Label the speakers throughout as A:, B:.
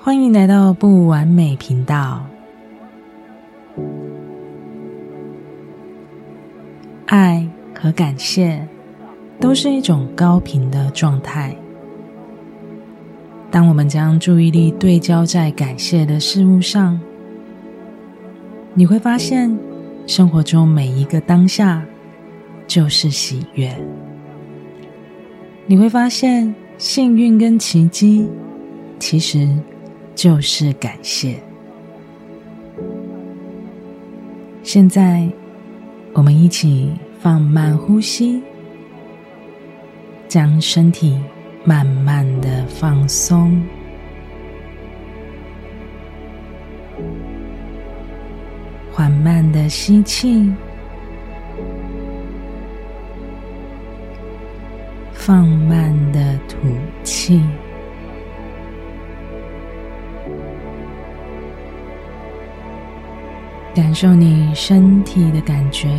A: 欢迎来到不完美频道。爱和感谢都是一种高频的状态。当我们将注意力对焦在感谢的事物上，你会发现生活中每一个当下就是喜悦。你会发现幸运跟奇迹其实就是感谢。现在我们一起放慢呼吸，将身体慢慢的放松，缓慢的吸气，放慢的吐气。感受你身体的感觉，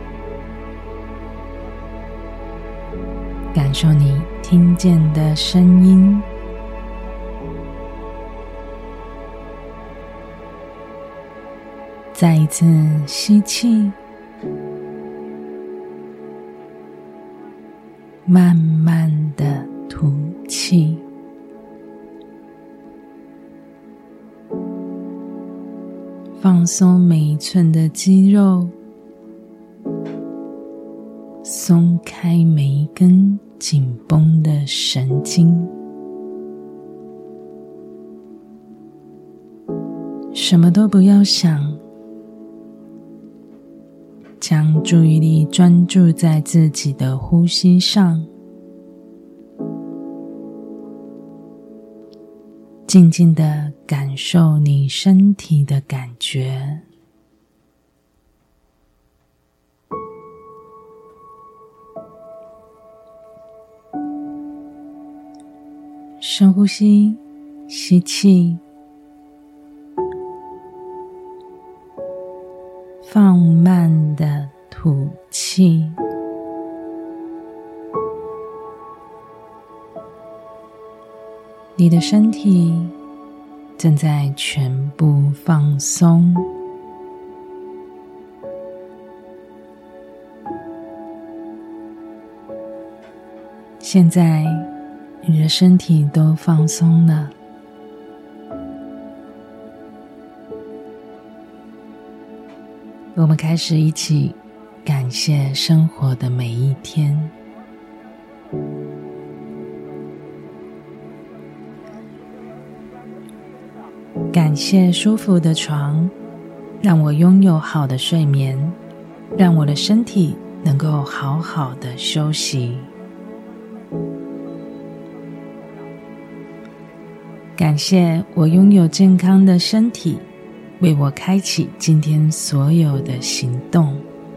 A: 感受你听见的声音。再一次吸气，慢慢的吐气。放松每一寸的肌肉，松开每一根紧绷的神经。什么都不要想，将注意力专注在自己的呼吸上，静静地感受你身体的感觉。深呼吸，吸气，放慢的吐气。你的身体正在全部放松，现在你的身体都放松了。我们开始一起感谢生活的每一天。感谢舒服的床，让我拥有好的睡眠，让我的身体能够好好的休息。感谢我拥有健康的身体，为我开启今天所有的行动。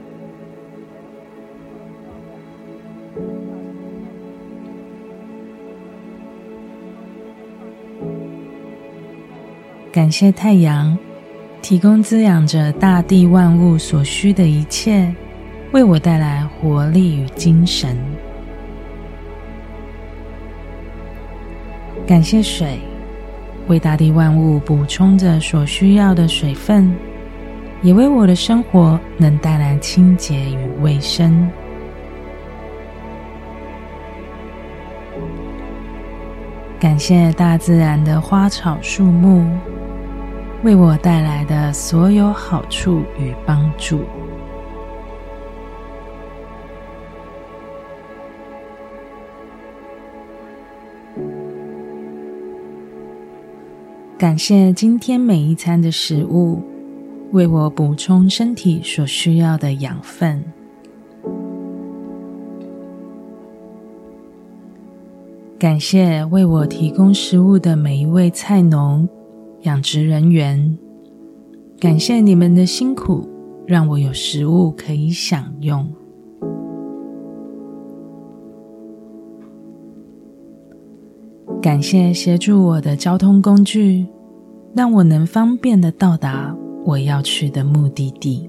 A: 感谢太阳，提供滋养着大地万物所需的一切，为我带来活力与精神。感谢水，为大地万物补充着所需要的水分，也为我的生活能带来清洁与卫生。感谢大自然的花草树木，为我带来的所有好处与帮助。感谢今天每一餐的食物，为我补充身体所需要的养分。感谢为我提供食物的每一位菜农、养殖人员，感谢你们的辛苦，让我有食物可以享用。感谢协助我的交通工具，让我能方便地到达我要去的目的地。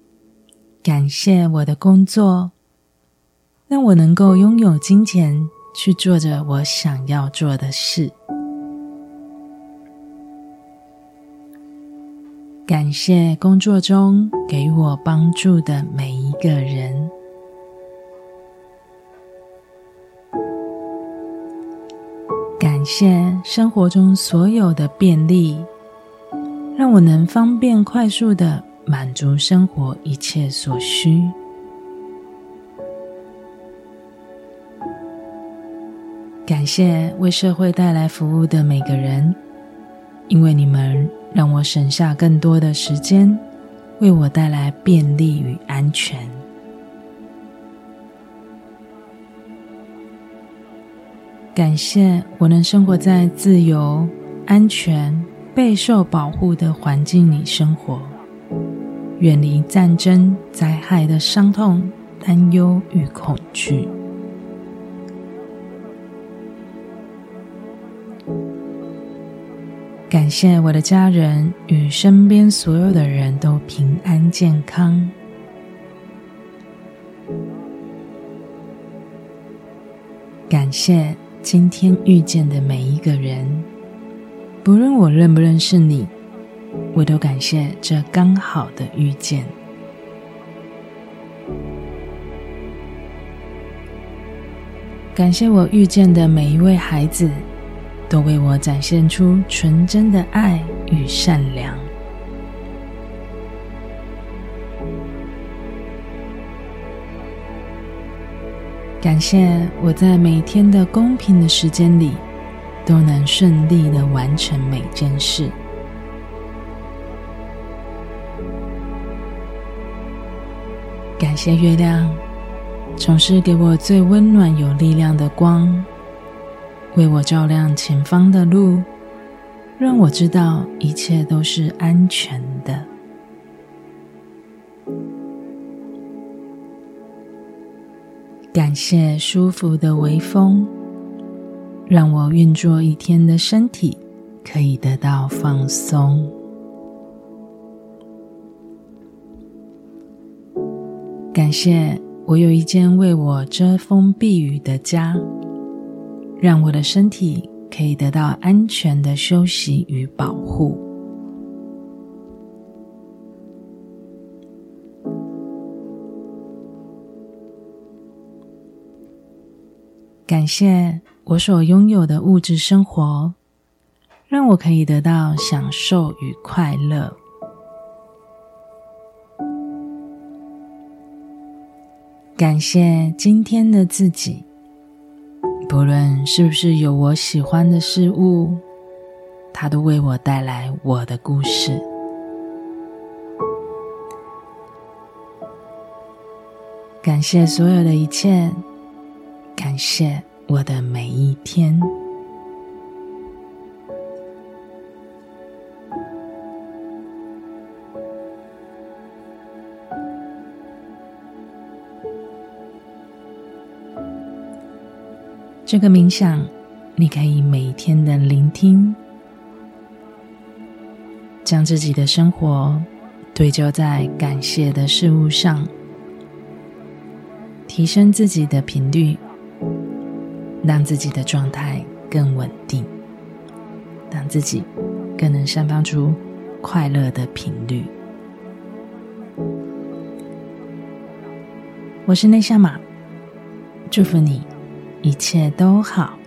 A: 感谢我的工作，让我能够拥有金钱去做着我想要做的事。感谢工作中给予我帮助的每一个人。感谢生活中所有的便利，让我能方便快速地满足生活一切所需。感谢为社会带来服务的每个人，因为你们让我省下更多的时间，为我带来便利与安全。感谢我能生活在自由、安全、备受保护的环境里生活，远离战争、灾害的伤痛、担忧与恐惧。感谢我的家人与身边所有的人都平安健康。感谢今天遇见的每一个人，不论我认不认识你，我都感谢这刚好的遇见。感谢我遇见的每一位孩子，都为我展现出纯真的爱与善良。感谢我在每天的公平的时间里，都能顺利地完成每件事。感谢月亮，总是给我最温暖有力量的光，为我照亮前方的路，让我知道一切都是安全的。感谢舒服的微风，让我运作一天的身体可以得到放松。感谢我有一间为我遮风避雨的家，让我的身体可以得到安全的休息与保护。感谢我所拥有的物质生活，让我可以得到享受与快乐。感谢今天的自己，不论是不是有我喜欢的事物，它都为我带来我的故事。感谢所有的一切，感谢我的每一天。这个冥想，你可以每天的聆听，将自己的生活对焦在感谢的事物上，提升自己的频率，让自己的状态更稳定，让自己更能散发出快乐的频率。我是内夏玛，祝福你一切都好。